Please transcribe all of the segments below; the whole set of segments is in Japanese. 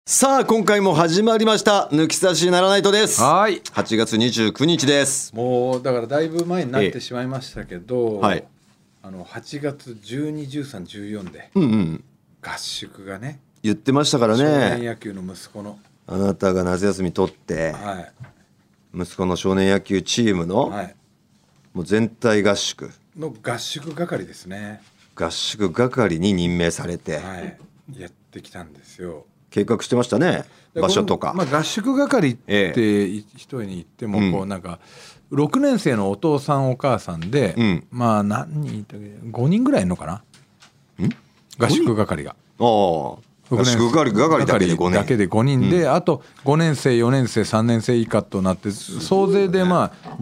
さあ今回も始まりました抜き差しならないとです。 はい、 8月29日です。 もうだからだいぶ前になってしまいましたけど、 はい、 8月12、13、14で合宿がね、 言ってましたからね。 少年野球の息子のあなたが夏休み取って、 はい、 息子の少年野球チームの、 はい、 もう全体合宿の合宿係ですね。 合宿係に任命されて、 はい、やってきたんですよ。 計画してましたね、場所とか。 合宿係って一重に言っても、こうなんか6年生のお父さんお母さんで、まあ何人いたっけ、5人ぐらいいるのかな、合宿係が。 合宿係だけで5人だけで5人で、あと5年生4年生3年生以下となって総勢でまあ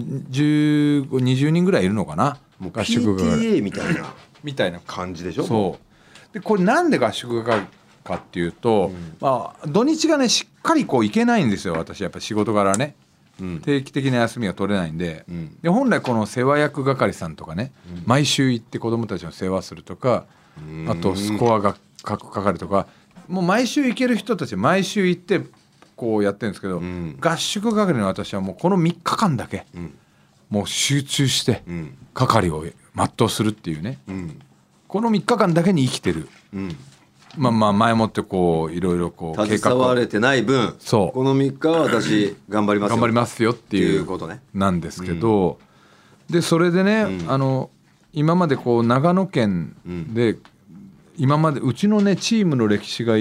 20人ぐらいいるのかな。 もう PTA みたいな感じでしょ。 そうで、これなんで合宿係かっていうと、まあ、土日がねしっかりこう行けないんですよ、私やっぱ仕事柄ね、定期的な休みが取れないんで、で本来この世話役係さんとかね、毎週行って子どもたちの世話するとか、あとスコアが書く係とか、もう毎週行ける人たち毎週行ってこうやってるんですけど、合宿係の私はもうこの3日間だけ、もう集中して係を全うするっていうね、この3日間だけに生きてる、まあ前もってこういろいろこう携われてない分、この3日は私頑張りますよっていうことねなんですけど、でそれでね、今までこう長野県で、今までうちのねチームの歴史が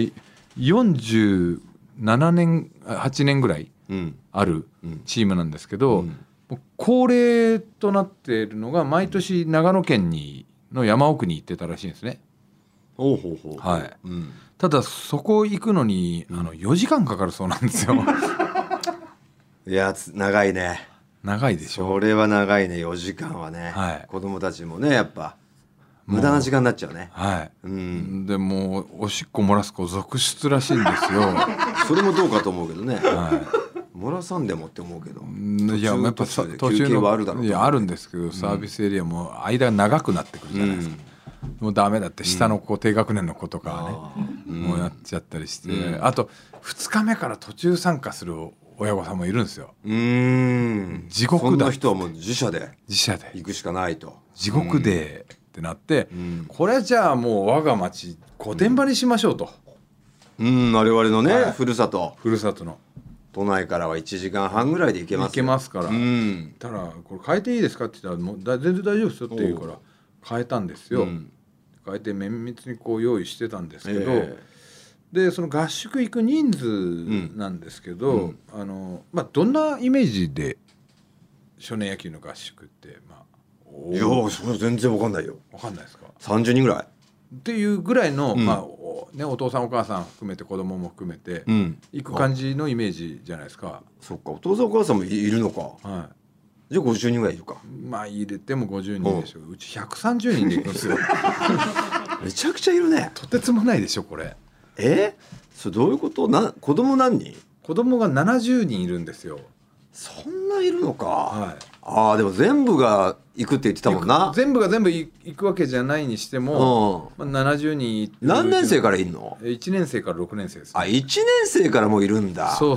47年8年ぐらいあるチームなんですけど、恒例となっているのが毎年長野県の山奥に行ってたらしいんですね。はい、ただそこ行くのに4時間かかるそうなんですよ。 いや長いね。 長いでしょ。 それは長いね、4時間はね、子供たちもねやっぱ無駄な時間になっちゃうね。 でもうおしっこ漏らす子続出らしいんですよ。 それもどうかと思うけどね、漏らさんでもって思うけど、 いややっぱ途中のあるんですけど、サービスエリアも間が長くなってくるじゃないですか。もうダメだって下の子、低学年の子とかね、もうやっちゃったりして、あと2日目から途中参加する親御さんもいるんですよ。地獄だ。 そんな人はもう自社で行くしかないと。 地獄でってなって、これじゃあもう我が町御殿場にしましょうと。 我々のね、ふるさとの都内からは1時間半ぐらいで行けます。 行けますから。たらこれ変えていいですかって言ったら、もう全然大丈夫ですよって言うから変えたんですよ。変えて綿密にこう用意してたんですけど、でその合宿行く人数なんですけど、どんなイメージで少年野球の合宿って、 いやそれ全然わかんないよ。 わかんないですか。 30人ぐらいっていうぐらいの、お父さんお母さん含めて子供も含めて行く感じのイメージじゃないですか。 そっか、お父さんお母さんもいるのか。じゃあ50人ぐらいいるか。 入れても50人でしょ。うち130人で行くんですよ。 めちゃくちゃいるね。 とてつもないでしょこれ。 それどういうこと。子供何人。 子供が70人いるんですよ。 そんないるのか。でも全部が行くって言ってたもんな。 全部が全部行くわけじゃないにしても、70人。 何年生からいるの。 1年生から6年生です、 1年生からもういるんだ。 そう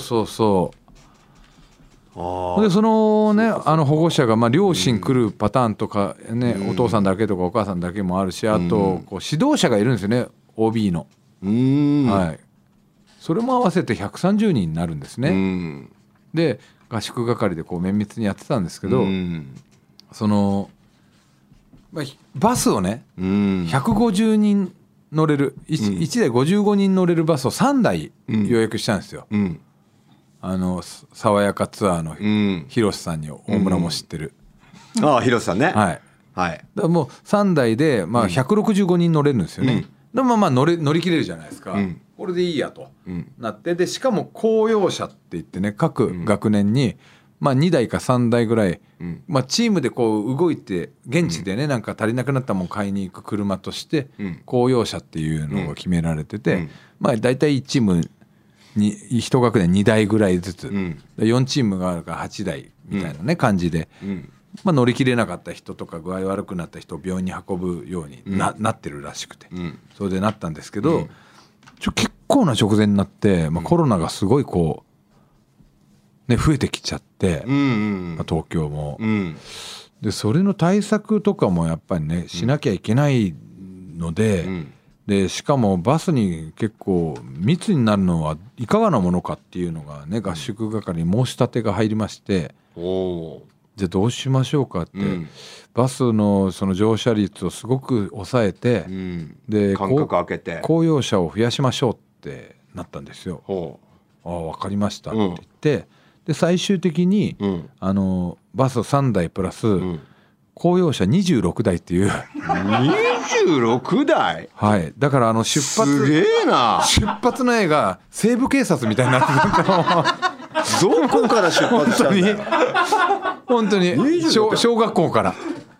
でそのね、保護者が両親来るパターンとかね、お父さんだけとかお母さんだけもあるし、あとこう指導者がいるんですよね、 OB の。それも合わせて130人になるんですね。で合宿係でこう綿密にやってたんですけど、その、バスをね、150人乗れる 1台55人乗れるバスを3台予約したんですよ。爽やかツアーの広瀬さんに大村も知ってる、 広瀬さんね。 だからもう3台で165人乗れるんですよね。でも乗り切れるじゃないですか。これでいいやとなって、でしかも公用車って言ってね、各学年に2台か3台ぐらい、チームでこう動いて現地でね、なんか足りなくなったもん買いに行く車として公用車っていうのが決められてて、だいたい1チームに1学年2台ぐらいずつ、4チームがあるから8台みたいなね、感じで、乗り切れなかった人とか具合悪くなった人を病院に運ぶように なってるらしくて、それでなったんですけど、結構な直前になって、コロナがすごいこう、ね、増えてきちゃって、東京も、でそれの対策とかもやっぱりねしなきゃいけないので、でしかもバスに結構密になるのはいかがなものかっていうのがね、合宿係に申し立てが入りまして、じゃあどうしましょうかって、バスのその乗車率をすごく抑えて、で間隔空けて公用車を増やしましょうってなったんですよ。ああ分かりましたって言って、で最終的に、バス3台プラス、公用車26台っていう 26台はい、だから出発すげえな出発の絵が西部警察みたいになってるどこから出発したんだよ本当に小学校から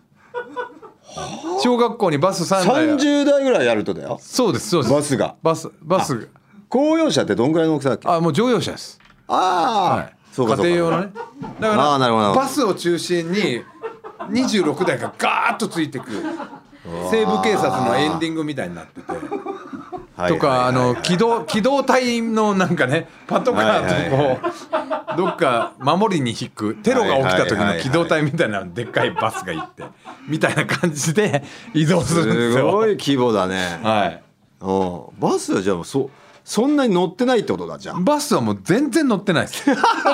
小学校にバス3台 30台ぐらいやるとだよ。 そうですそうです。 バスが公用車ってどんぐらいの大きさだっけ？ もう乗用車です。はい、 そうかそうか。 家庭用のね。だからバスを中心に26台がガーッとついてく西部警察のエンディングみたいになっててとか機動隊のなんかねパトカーとこうどっか守りに引くテロが起きた時の機動隊みたいなでっかいバスが行ってみたいな感じで移動するんですよ。 すごい規模だね。 はい。 バスはじゃあそんなに乗ってないってことだじゃん。 バスはもう全然乗ってないです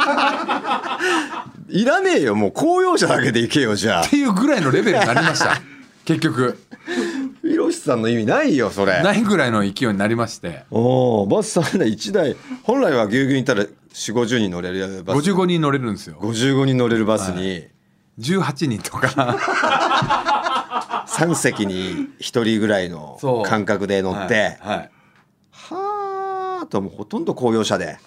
いらねえよもう公用車だけで行けよじゃあっていうぐらいのレベルになりました結局。 ひろしさんの意味ないよそれ。 ないぐらいの勢いになりまして。 バス3台1台本来はぎゅうぎゅうにいったら4、50人乗れるバス。 55人乗れるんですよ。 55人乗れるバスに、 18人とか 3席に1人ぐらいの感覚で乗ってはあともうほとんど公用車で、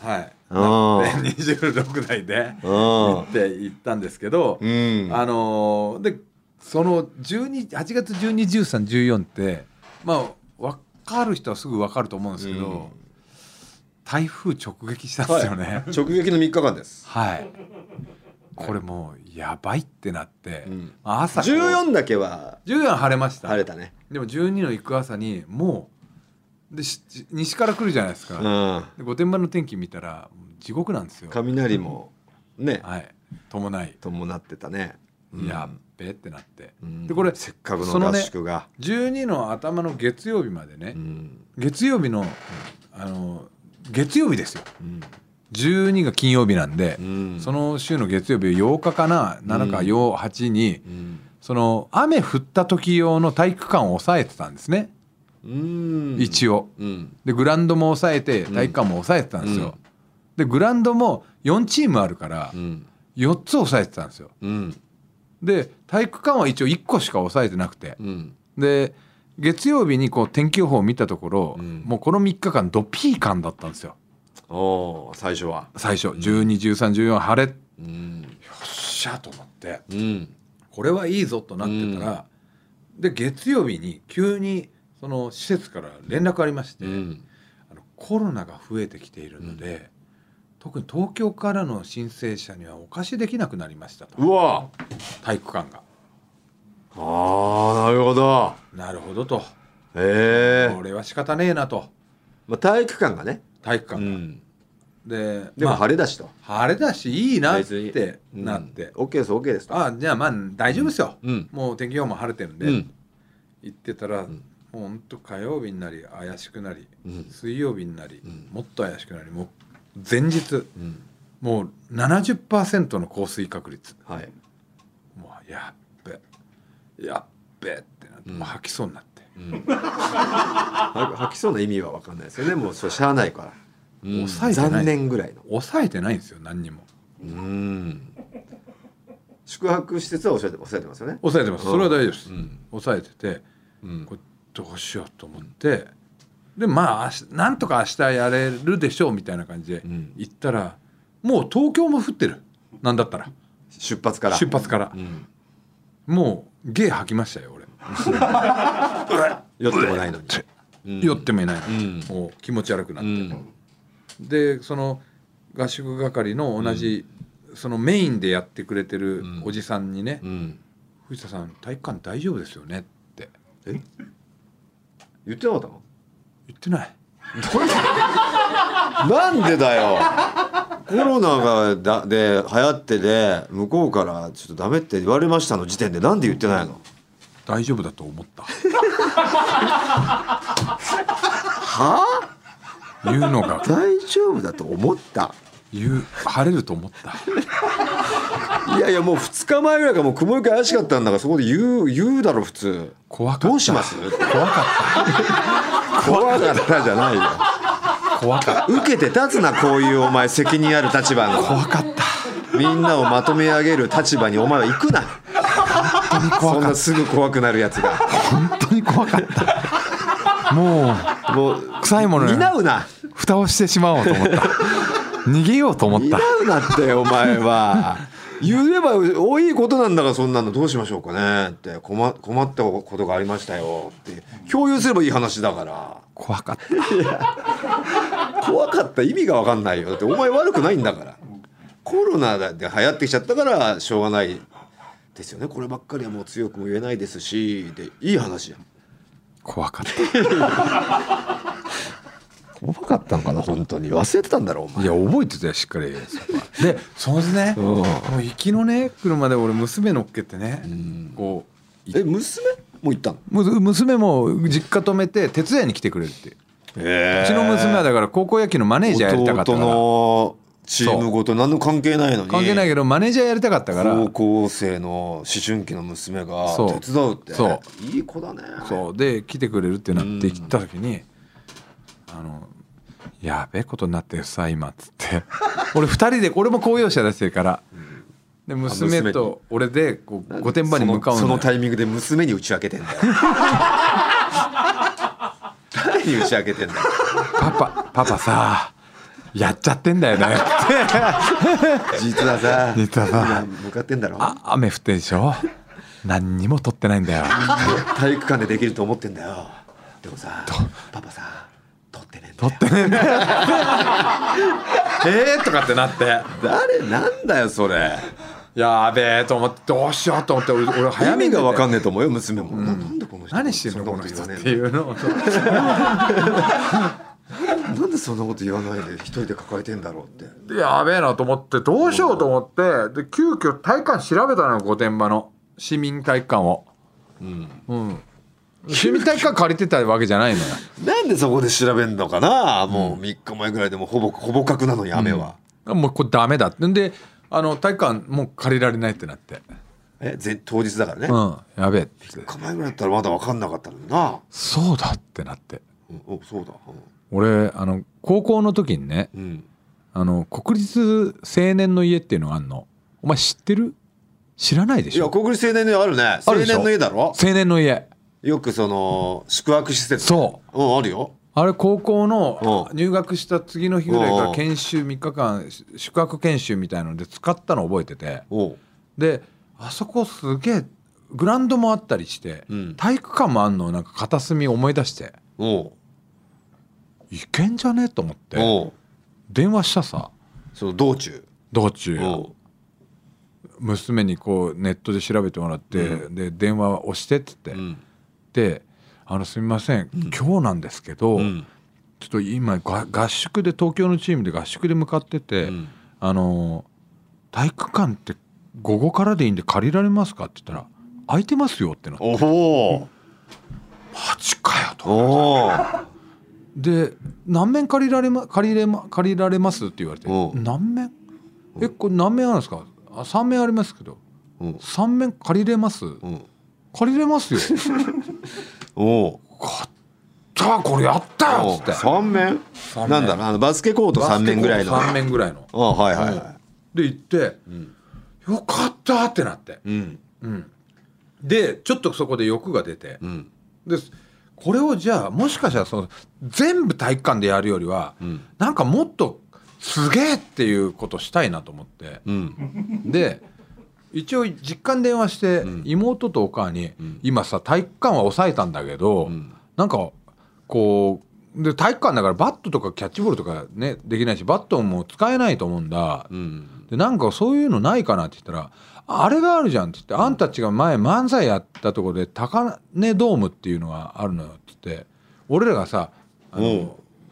26台で行ったんですけど、でその8月12、13、14って分かる人はすぐ分かると思うんですけど、台風直撃したんですよね。 直撃の3日間です。 はい。これもうやばいってなって、朝 14だけは 14晴れました。 晴れたね。 でも12の行く朝にもうで西から来るじゃないですか。で御殿場の天気見たら地獄なんですよ。 雷もね、 伴ってたね。 やっべってなって、でこれせっかくの合宿が、 12の頭の月曜日までね、月曜日の月曜日ですよ。12が金曜日なんで、その週の月曜日8日かな7か8に、その雨降った時用の体育館を抑えてたんですね。一応、でグラウンドも抑えて体育館も抑えてたんですよ。でグラウンドも4チームあるから4つ抑えてたんですよ。で体育館は一応1個しか抑えてなくて、で月曜日にこう天気予報を見たところ、もうこの3日間ドピーカンだったんですよ。 最初 12、13、14晴れ、よっしゃと思って、これはいいぞとなってたら、で月曜日に急にその施設から連絡ありまして、コロナが増えてきているので、特に東京からの申請者にはお貸しできなくなりましたと。 うわ体育館が。 なるほどと。これは仕方ねえなと。 体育館がね。 体育館が、 でも晴れだしと、 晴れだしいいなってなって、 OK です OK ですと。 じゃあ大丈夫ですよ、もう天気予報も晴れてるんで、行ってたら、もうほんと火曜日になり怪しくなり、水曜日になり、もっと怪しくなり、もう前日、もう 70% の降水確率、もうやっべってなって、もう吐きそうになって、 吐きそうな意味は分かんないですよね。もうそれしゃあないから、 抑えてない、 残念ぐらいの抑えてないんですよ何にも。 宿泊施設は抑えてますよね。 抑えてます、それは大丈夫です、抑えてて、これどうしようと思って、でなんとか明日やれるでしょうみたいな感じで行ったら、もう東京も降ってる、なんだったら出発から、 もうゲー吐きましたよ俺酔ってもないのに、 酔ってもいないのに、もう気持ち悪くなって、でその合宿係の同じ、そのメインでやってくれてるおじさんにね、藤田さん体育館大丈夫ですよねって言ってなかったの？ 言ってない。 なんでだよ。コロナがで流行ってで向こうからちょっとダメって言われましたの時点でなんで言ってないの？ 大丈夫だと思った。 はぁ？言うのが大丈夫だと思った。 晴れると思った。 いやいやもう2日前ぐらいからもう雲行き怪しかったんだからそこで言うだろ普通。 怖かった。 どうします？ 怖かった。 怖かったじゃないよ。 怖かった。 受けて立つなこういうお前責任ある立場の。 怖かった。 みんなをまとめ上げる立場にお前は行くな。 本当に怖かった。 そんなすぐ怖くなるやつが。 本当に怖かった。もう臭いものに担うな。 蓋をしてしまおうと思った。逃げようと思った。 担うなってお前は。言えば多いことなんだからそんなのどうしましょうかねって困ったことがありましたよって共有すればいい話だから。 怖かった。 怖かった意味が分かんないよ。だってお前悪くないんだから。コロナで流行ってきちゃったからしょうがないですよね。こればっかりはもう強くも言えないですしでいい話や。 怖かった。 怖かったのかな本当に。忘れてたんだろお前。 いや覚えてたよしっかり。でそのね、もう行きのね車で俺娘乗っけてね、こう娘も行ったの？ 娘も実家泊めて手伝いに来てくれるって。うちの娘はだから高校野球のマネージャーやりたかったから。 弟のチームごと何の関係ないのに。 関係ないけどマネージャーやりたかったから。 高校生の思春期の娘が手伝うって。そういい子だね。 そうで来てくれるってなって行った時にやべえことになってるさ今っつって俺2人で俺も公用車出してるからで娘と俺でこう御殿場に向かうの。 そのタイミングで娘に打ち明けてんだよ。誰に打ち明けてんだよ。 パパさやっちゃってんだよねって実はさ今向かってんだろ。 雨降ってるでしょ。何にも取ってないんだよ。 体育館でできると思ってんだよ。でもさパパさ取ってねえんだよとかってなってなんだよそれ。 やべえと思ってどうしようと思って俺早め意味が分かんねえと思うよ娘も。なんでこの人何してんのこの人っていうのなんでそんなこと言わないで一人で抱えてんだろうって。 やべえなと思ってどうしようと思ってで急遽体育館調べたのよ御殿場の市民体育館を。市民体育館借りてたわけじゃないのよ。 なんでそこで調べんのかな。もう3日前ぐらいでもほぼ確なのに雨は、 もうこれダメだってんで体育館もう借りられないってなって。 当日だからね。 やべえって 3日前ぐらいだったらまだ分かんなかったのにな。 そうだってなって、 そうだ、 俺高校の時にね、国立青年の家っていうのがあるの。お前知ってる？知らないでしょ。 いや国立青年の家あるね。青年の家だろ。 青年の家よくその宿泊施設。そうあるよ。 あれ高校の入学した次の日ぐらいから研修3日間宿泊研修みたいなので使ったの覚えてて、であそこすげえグラウンドもあったりして、体育館もあんのなんか片隅思い出していけんじゃねえと思って電話したさ。 その道中娘にこうネットで調べてもらって、で電話を押してって言って、ですみません、今日なんですけど、ちょっと今合宿で東京のチームで合宿で向かってて、体育館って午後からでいいんで借りられますかって言ったら空いてますよってなって、マジかよと。で何面借りられますって言われて、何面これ何面あるんですか。3面ありますけど、3面借りれます、借りれますよ買ったこれやったよっつって。 3面なんだろうバスケコート3面ぐらいの。 3面ぐらいの。で行って、よかったってなって、でちょっとそこで欲が出て、でこれをじゃあもしかしたらその全部体育館でやるよりは、なんかもっとすげえっていうことしたいなと思って、で一応実家に電話して、妹とお母に、今さ体育館は抑えたんだけど、なんかこうで体育館だからバットとかキャッチボールとかねできないしバットも使えないと思うんだ、でなんかそういうのないかなって言ったらあれがあるじゃんって言って、あんたたちが前漫才やったところで高根ドームっていうのがあるのよって言って、俺らがさ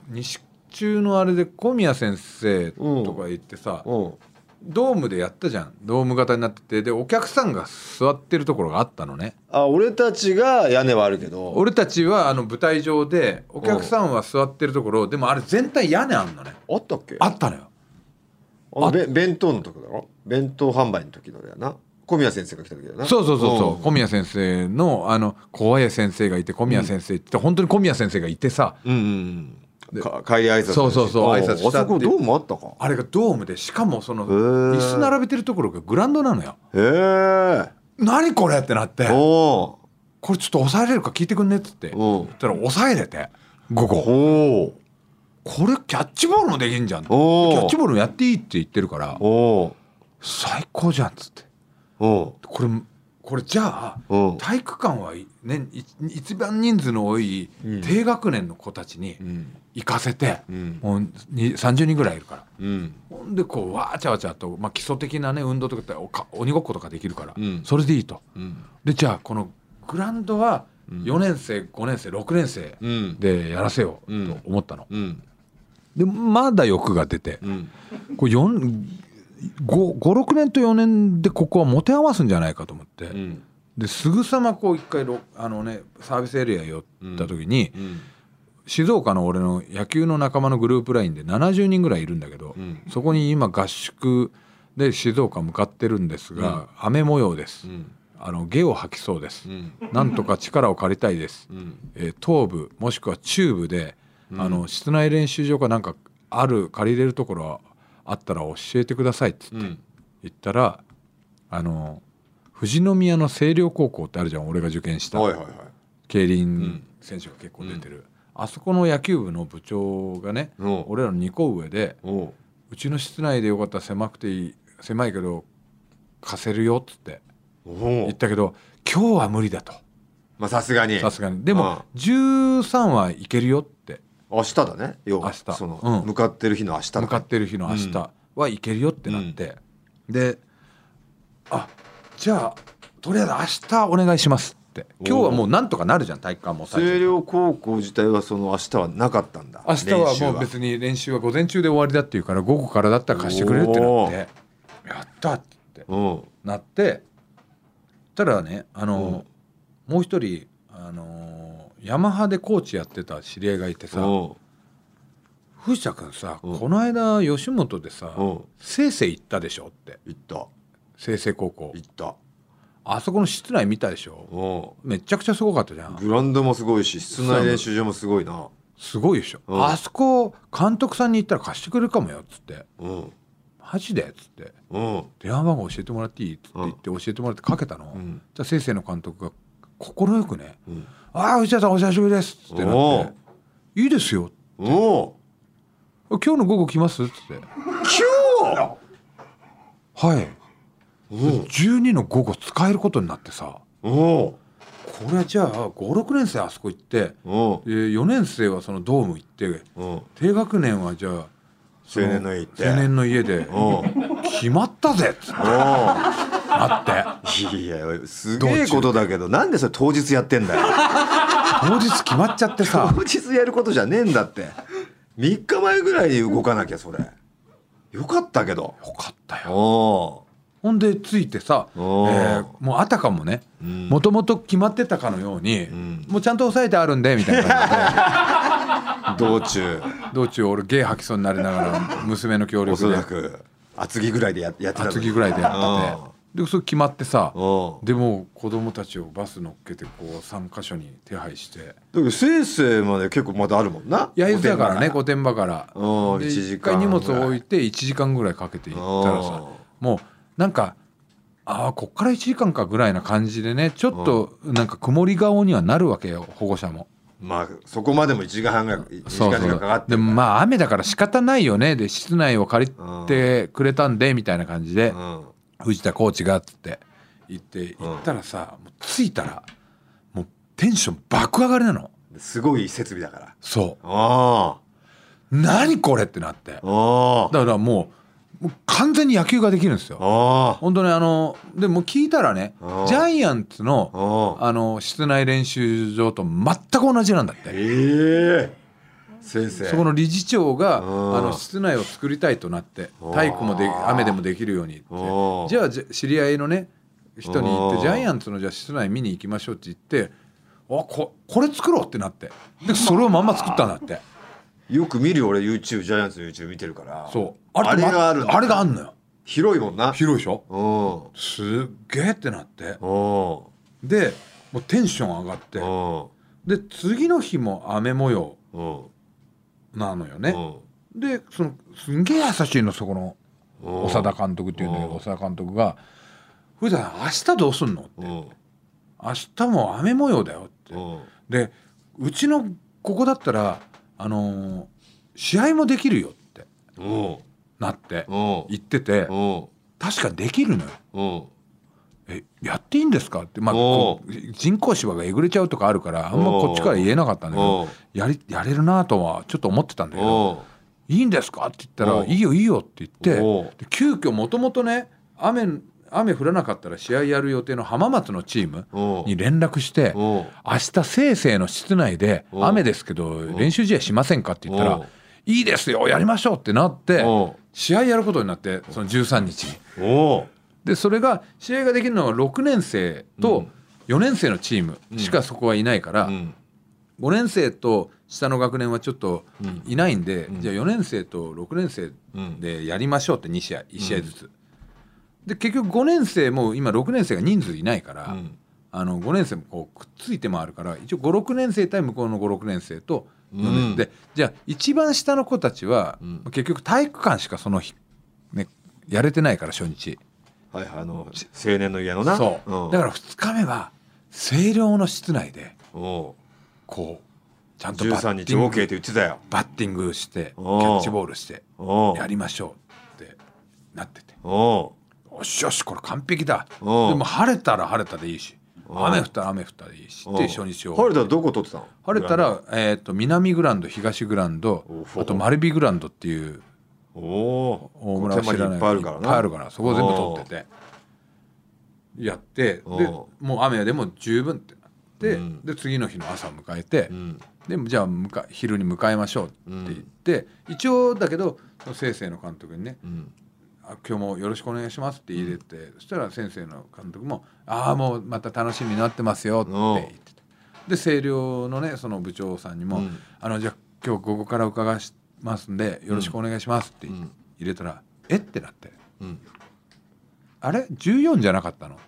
西中のあれで小宮先生とか行ってさ、ドームでやったじゃん。ドーム型になってて、でお客さんが座ってるところがあったのね。 俺たちが屋根はあるけど、 俺たちは舞台上でお客さんは座ってるところ、でもあれ全体屋根あんのね。 あったっけ？ あったのよ。 弁当の時だろ。弁当販売の時のだよな。小宮先生が来た時だよな。 そう小宮先生の小江先生がいて、小宮先生って本当に小宮先生がいてさ、 帰り挨拶。 そう挨拶したって。 あそこドームあったか。 あれがドームで、しかもその椅子並べてるところがグラウンドなのよ。 へえ。 何これってなって、 これちょっと抑えれるか聞いてくんねっつって言ったら抑えれて、午後これキャッチボールもできんじゃん、キャッチボールもやっていいって言ってるから、最高じゃんっつって、これじゃあ体育館はね、一番人数の多い低学年の子たちに行かせて、もう30人ぐらいいるから、ほんでこうわーちゃわちゃと、基礎的なね運動とか鬼ごっことかできるから、それでいいと。でじゃあこのグラウンドは4年生5年生6年生でやらせようと思ったの。でまだ欲が出て、これ56年と4年でここは持て余すんじゃないかと思って、ですぐさまこう一回サービスエリア寄った時に、静岡の俺の野球の仲間のグループラインで70人ぐらいいるんだけど、そこに今合宿で静岡向かってるんですが、雨模様です、ゲを吐きそうです、なんとか力を借りたいです、東部もしくは中部で室内練習場かなんか借りれるところあったら教えてくださいっつって言ったら、富士宮の星稜高校ってあるじゃん、俺が受験した、競輪選手が結構出てる、あそこの野球部の部長がね、俺らの2個上で、うちの室内でよかったら狭いけど貸せるよっつって言ったけど、今日は無理だと。 さすがにでも13はいけるよって。 明日だね、要はその向かってる日の明日、 向かってる日の明日はいけるよってなって、でじゃあとりあえず明日お願いしますって。今日はもうなんとかなるじゃん、体育館も。 星稜高校自体はその明日はなかったんだ。 明日はもう別に練習は午前中で終わりだっていうから、午後からだったら貸してくれるってなって、やったってなって、たらねもう一人ヤマハでコーチやってた知り合いがいてさ、藤田君さ、この間吉本でさ清々行ったでしょって。 行った。 清々高校行った。 あそこの室内見たでしょ。めちゃくちゃすごかったじゃん。 グラウンドもすごいし、室内練習場もすごいな。 すごいでしょ、あそこ監督さんに言ったら貸してくれるかもよっつって、マジでっつって、電話番号教えてもらっていいっつって言って教えてもらってかけたの、じゃあ先生の監督が快くね、ああ内田さんお久しぶりですっつってなって、いいですよ、今日の午後来ますっつって、 今日はい、12の午後使えることになってさ、これはじゃあ56年生あそこ行って、4年生はそのドーム行って、低学年はじゃあ青年の家で決まったぜっつってあって、 いやすげえことだけど、なんでそれ当日やってんだよ。 当日決まっちゃってさ、 当日やることじゃねえんだって。3日前ぐらいに動かなきゃ。それよかったけど。 よかったよ。ほんで着いてさ、もうあたかもね、もともと決まってたかのように、もうちゃんと押さえてあるんでみたいな感じで道中俺ゲー吐きそうになりながら娘の協力で、おそらく厚着ぐらいでやってた。 厚着ぐらいでやってて、でそれ決まってさ、でも子供たちをバス乗っけてこう3カ所に手配して。だけど先生まで結構まだあるもんな。 焼津だからね、御殿場から。で 1 回荷物を置いて1時間ぐらいかけて行ったらさ、もうなんかこっから1時間かぐらいな感じでね、ちょっとなんか曇り顔にはなるわけよ、保護者も。 そこまでも1時間半ぐらい1時間かかって。 でも雨だから仕方ないよね、で室内を借りてくれたんでみたいな感じで、藤田コーチがっつって行ったらさ、もう着いたらもうテンション爆上がりなの。 すごい設備だから。 そう何これってなって、だからもう完全に野球ができるんですよ。本当にでも聞いたらね、ジャイアンツの室内練習場と全く同じなんだって。 先生そこの理事長がうん室内を作りたいとなって体育も雨でもできるようにってうんじゃあ知り合いのね人に言っうんてジャイアンツのじゃあ室内見に行きましょうって言ってこれ作ろうってなってでそれをまんま作ったんだってよく見るよ俺 YouTube ジャイアンツの YouTube 見てるからそうあれがあるんだあれがあんのよ広いもんな広いでしょうんすっげえってなってうんでもうテンション上がってで次の日も雨模様なのよねでそのすんげえ優しいのそこの長田監督っていうんだけど長田監督が「藤田さん明日どうすんの?」って「明日も雨模様だよ」ってでうちのここだったら試合もできるよってなって言ってて確かにできるのよ。やっていいんですかってこう人工芝がえぐれちゃうとかあるからあんまこっちから言えなかったんだけどやれるなとはちょっと思ってたんだけどいいんですかって言ったらいいよいいよって言ってで急遽もともとね雨降らなかったら試合やる予定の浜松のチームに連絡して明日せいせいの室内で雨ですけど練習試合しませんかって言ったらいいですよやりましょうってなって試合やることになってその13日に。でそれが試合ができるのは6年生と4年生のチームしかそこはいないから5年生と下の学年はちょっといないんでじゃあ4年生と6年生でやりましょうって2試合1試合ずつで結局5年生も今6年生が人数いないから5年生もこうくっついて回るから一応5、6年生対向こうの5、6年生と4年でじゃあ一番下の子たちは結局体育館しかその日ねやれてないから初日。 はいはい青年の家のなそうだから2日目は清涼の室内でこうちゃんと 13日 OK って言ってたよバッティングしてキャッチボールしてやりましょうってなっててよしよしこれ完璧だでも晴れたら晴れたでいいし雨降ったら雨降ったでいいしって初日を晴れたらどこ取ってたの晴れたら南グランド東グランドあと丸美グランドっていう大村は知らないいっぱいあるからそこを全部取っててやってでもう雨でも十分ってなってで次の日の朝を迎えてでじゃあ昼に迎えましょうって言って一応だけど先生の監督にね今日もよろしくお願いしますって入れてそしたら先生の監督ももうまた楽しみになってますよって言っててで星稜のねその部長さんにもじゃあ今日午後から伺いますんでよろしくお願いしますって入れたらってなってあれ14じゃなかったの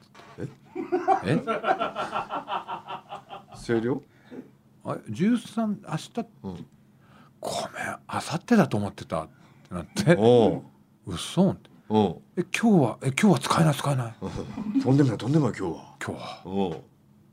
星稜 13明日ごめん明後日だと思ってたってなってうっそんって今日は使えない使えないとんでもない今日は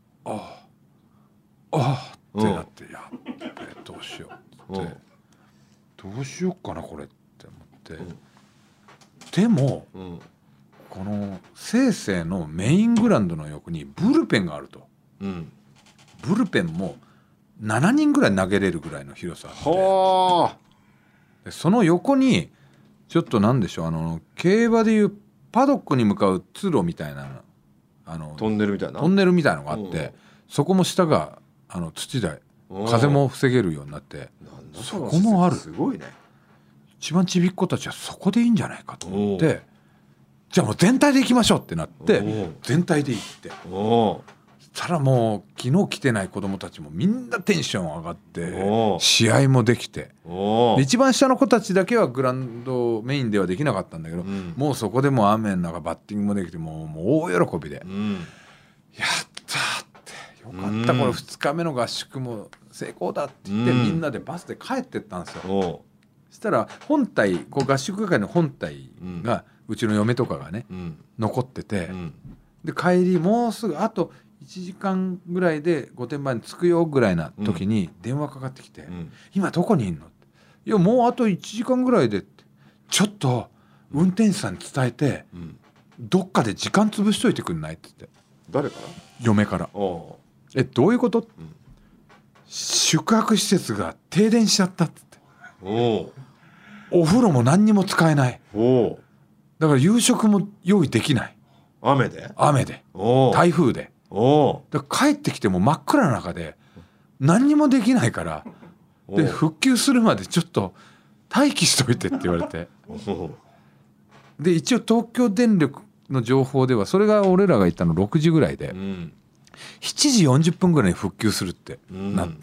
ってなってやってどうしようってどうしようかなこれって思ってでもこの清々のメイングラウンドの横にブルペンがあるとブルペンも7人ぐらい投げれるぐらいの広さあってでその横にちょっとなんでしょう競馬でいうパドックに向かう通路みたいなトンネルみたいなのがあってそこも下が土で風も防げるようになってそこもあるすごいね一番ちびっ子たちはそこでいいんじゃないかと思ってじゃあもう全体で行きましょうってなって全体で行ってそしたらもう昨日来てない子供たちもみんなテンション上がって試合もできて一番下の子たちだけはグラウンドメインではできなかったんだけどもうそこでもう雨の中バッティングもできてもう大喜びでやったってよかったこれ2日目の合宿も成功だって言ってみんなでバスで帰ってったんですよ。そしたら本体合宿係の本体がうちの嫁とかがね残っててで帰りもうすぐあと1時間ぐらいで御殿場に着くよぐらいな時に電話かかってきて今どこにいんのっていやもうあと1時間ぐらいでってちょっと運転手さんに伝えてどっかで時間潰しといてくんないって言って誰から嫁からどういうこと、宿泊施設が停電しちゃったって言ってお風呂も何にも使えないだから夕食も用意できない雨で台風でだから帰ってきても真っ暗な中で何にもできないからで復旧するまでちょっと待機しといてって言われてで一応東京電力の情報ではそれが俺らが行ったの6時ぐらいで、7時40分ぐらいに復旧するってなって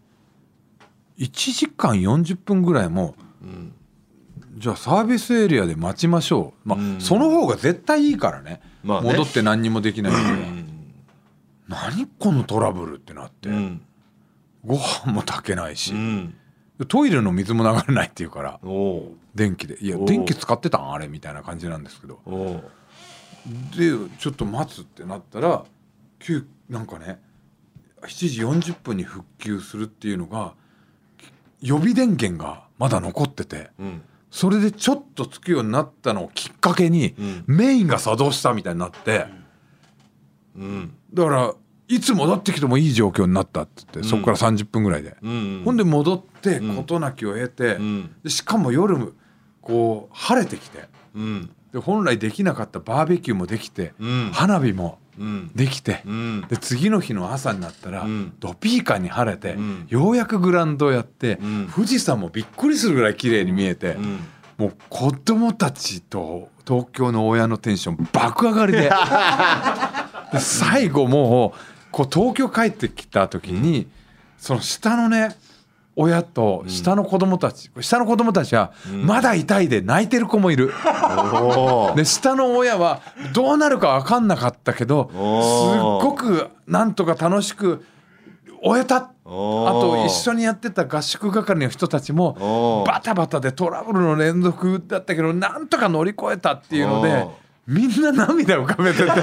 、1時間40分ぐらいも、じゃあサービスエリアで待ちましょう、その方が絶対いいからね、戻って何にもできないんで、何このトラブルってなって、ご飯も炊けないし、トイレの水も流れないっていうから電気でいや電気使ってたんあれみたいな感じなんですけど、でちょっと待つってなったらなんかね7時40分に復旧するっていうのが予備電源がまだ残ってて、それでちょっとつくようになったのをきっかけに、メインが作動したみたいになって、だからいつ戻ってきてもいい状況になったって言って、そこから30分ぐらいで、ほんで戻って事なきを得て、でしかも夜こう晴れてきて、で本来できなかったバーベキューもできて、花火もできて、で次の日の朝になったら、ドピーカーに晴れて、ようやくグラウンドをやって、富士山もびっくりするぐらい綺麗に見えて、もう子供たちと東京の親のテンション爆上がりでで最後もうこう東京帰ってきた時に、その下のね親と下の子供たち、下の子供たちはまだ痛いで泣いてる子もいる、で下の親はどうなるか分かんなかったけど、すっごくなんとか楽しく終えた。あと一緒にやってた合宿係の人たちもバタバタでトラブルの連続だったけどなんとか乗り越えたっていうので、みんな涙を浮かべてて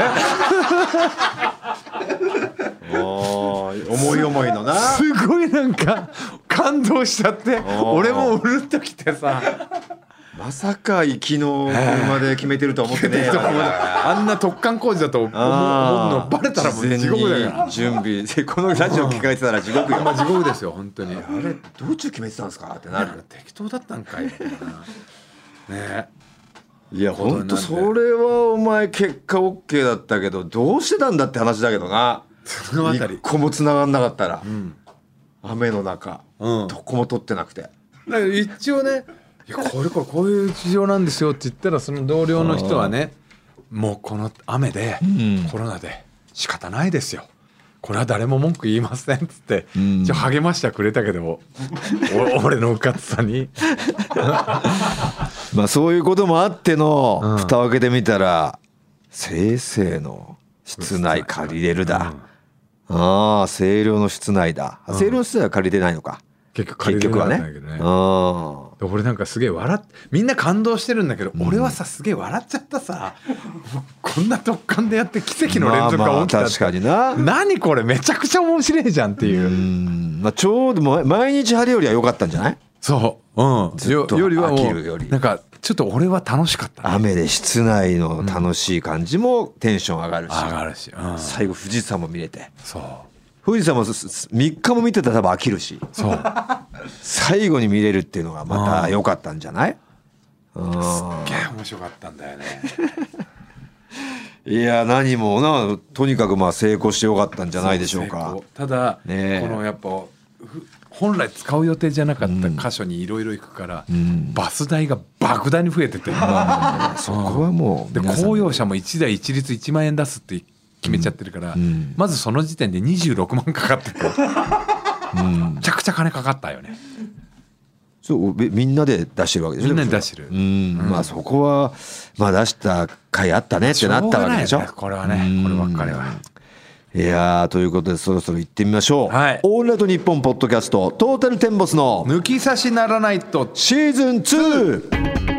思い思いのなすごいなんか感動しちゃって、俺もうるっときてさ、 まさか行きの車で決めてるとは思ってねえあんな突貫工事だと思うのバレたらもう地獄だから、 準備でこのラジオ聞かれてたら地獄よ地獄ですよ本当に。 あれ道中決めてたんですかってなる。 適当だったんかいみたいなね。 いや本当それはお前結果 OK だったけどどうしてたんだって話だけどな。 そのあたり一個も繋がんなかったら、雨の中、どこも取ってなくて、 だから一応ね、いやこういう事情なんですよって言ったら、その同僚の人はね、もうこの雨で、コロナで仕方ないですよ、これは誰も文句言いませんっつって、一応励ましてくれたけど俺のうかつさにまあそういうこともあっての、蓋を開けてみたら清々の室内借りれるだ、清涼の室内だ、清涼の室内は借りてないのか結局はね。俺なんかすげえみんな感動してるんだけど、俺はさすげえ笑っちゃったさこんな突貫でやって奇跡の連続が起きたって、 確かにな、 何これめちゃくちゃ面白いじゃんっていう、 ちょうど毎日晴れよりは良かったんじゃない？ そう、よりはもうなんかちょっと俺は楽しかった、ね、 雨で室内の楽しい感じもテンション上がるし、最後富士山も見れて、 そう富士山も3日も見てたら多分飽きるし、 そう最後に見れるっていうのがまた良かったんじゃない？ すっげえ面白かったんだよねいや何もな、とにかくまあ成功してよかったんじゃないでしょうか。 ただ、このやっぱ本来使う予定じゃなかった箇所にいろいろ行くから、バス代が莫大に増えてて、 そこはもうで公用車も1台一律1万円出すって決めちゃってるから、まずその時点で26万かかってて、めちゃくちゃ金かかったよね。 そうみんなで出してるわけでしょ。 みんなで出してる。 まあそこはまあ出した甲斐あったねってなったわけでしょ。 これはね、こればっかりは。 いやということでそろそろ行ってみましょう。オールナイトニッポンポッドキャストトータルテンボスの抜き差しならないとシーズン 2。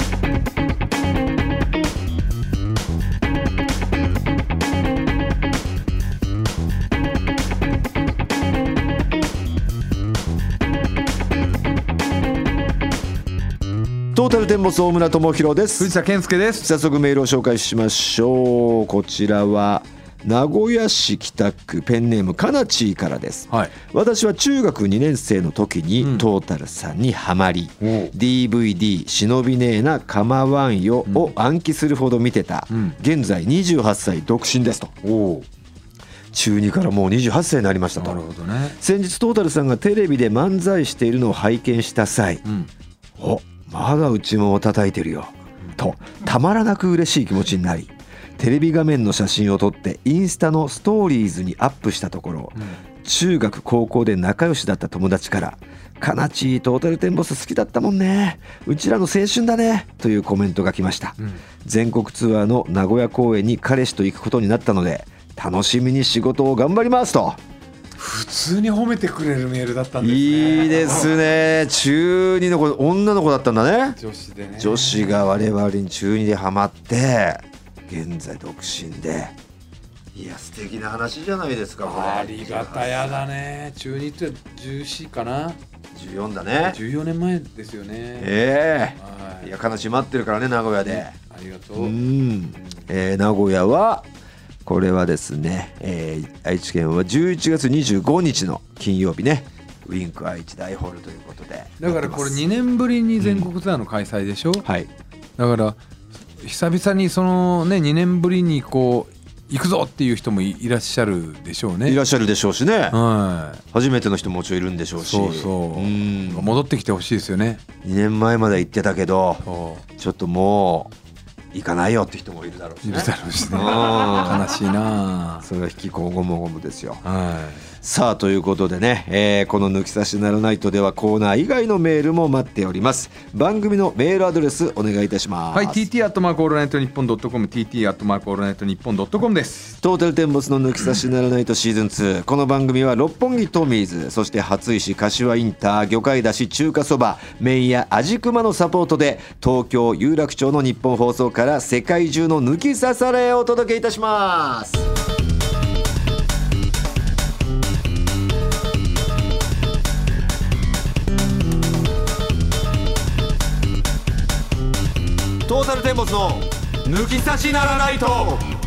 トータルテンボス大村智広です。 藤田健介です。 早速メールを紹介しましょう。こちらは名古屋市北区ペンネームかなちーからです、私は中学2年生の時にトータルさんにハマり、DVD 忍びねえな構わんよを暗記するほど見てた、現在28歳独身ですと。 中2からもう28歳になりましたと。 なるほどね。 先日トータルさんがテレビで漫才しているのを拝見した際、お、まだ内もも叩いてるよとたまらなく嬉しい気持ちになり、テレビ画面の写真を撮ってインスタのストーリーズにアップしたところ、中学高校で仲良しだった友達からかなちトータルテンボス好きだったもんね、うちらの青春だねというコメントが来ました。全国ツアーの名古屋公演に彼氏と行くことになったので楽しみに仕事を頑張りますと。 普通に褒めてくれるメールだったんですね。 いいですね。中2の子、女の子だったんだね。 女子でね。 女子が我々に中2でハマって現在独身で、いや素敵な話じゃないですかこれ。 ありがたやだね。中2って14かな、 14だね。 14年前ですよね。 いや悲し待ってるからね名古屋で。 ありがとう。 名古屋はこれはですね、愛知県は11月25日の金曜日ね、ウィンク愛知大ホールということで。 だからこれ2年ぶりに全国ツアーの開催でしょ、 はい。 だから久々にそのね2年ぶりにこう行くぞっていう人もいらっしゃるでしょうね。 いらっしゃるでしょうしね、 はい、 初めての人ももちろんいるんでしょうし。 そうそう、戻ってきてほしいですよね。 2年前まで行ってたけどちょっともう行かないよって人もいるだろうしね。 いるだろうしね。悲しいな。 それは引きこごもごもですよ。 はい。 さあということでね、この抜き差しならないとではコーナー以外のメールも待っております。番組のメールアドレスお願いいたします。 はい、tt@allnightnippon.com tt@allnightnippon.com です。 トータルテンボスの抜き差しならないとシーズン2、この番組は六本木トミーズ、そして初石柏インター、魚介だし中華そば麺屋味熊のサポートで東京有楽町の日本放送から世界中の抜き差されをお届けいたします。トータルテンボスの抜き差しならないと。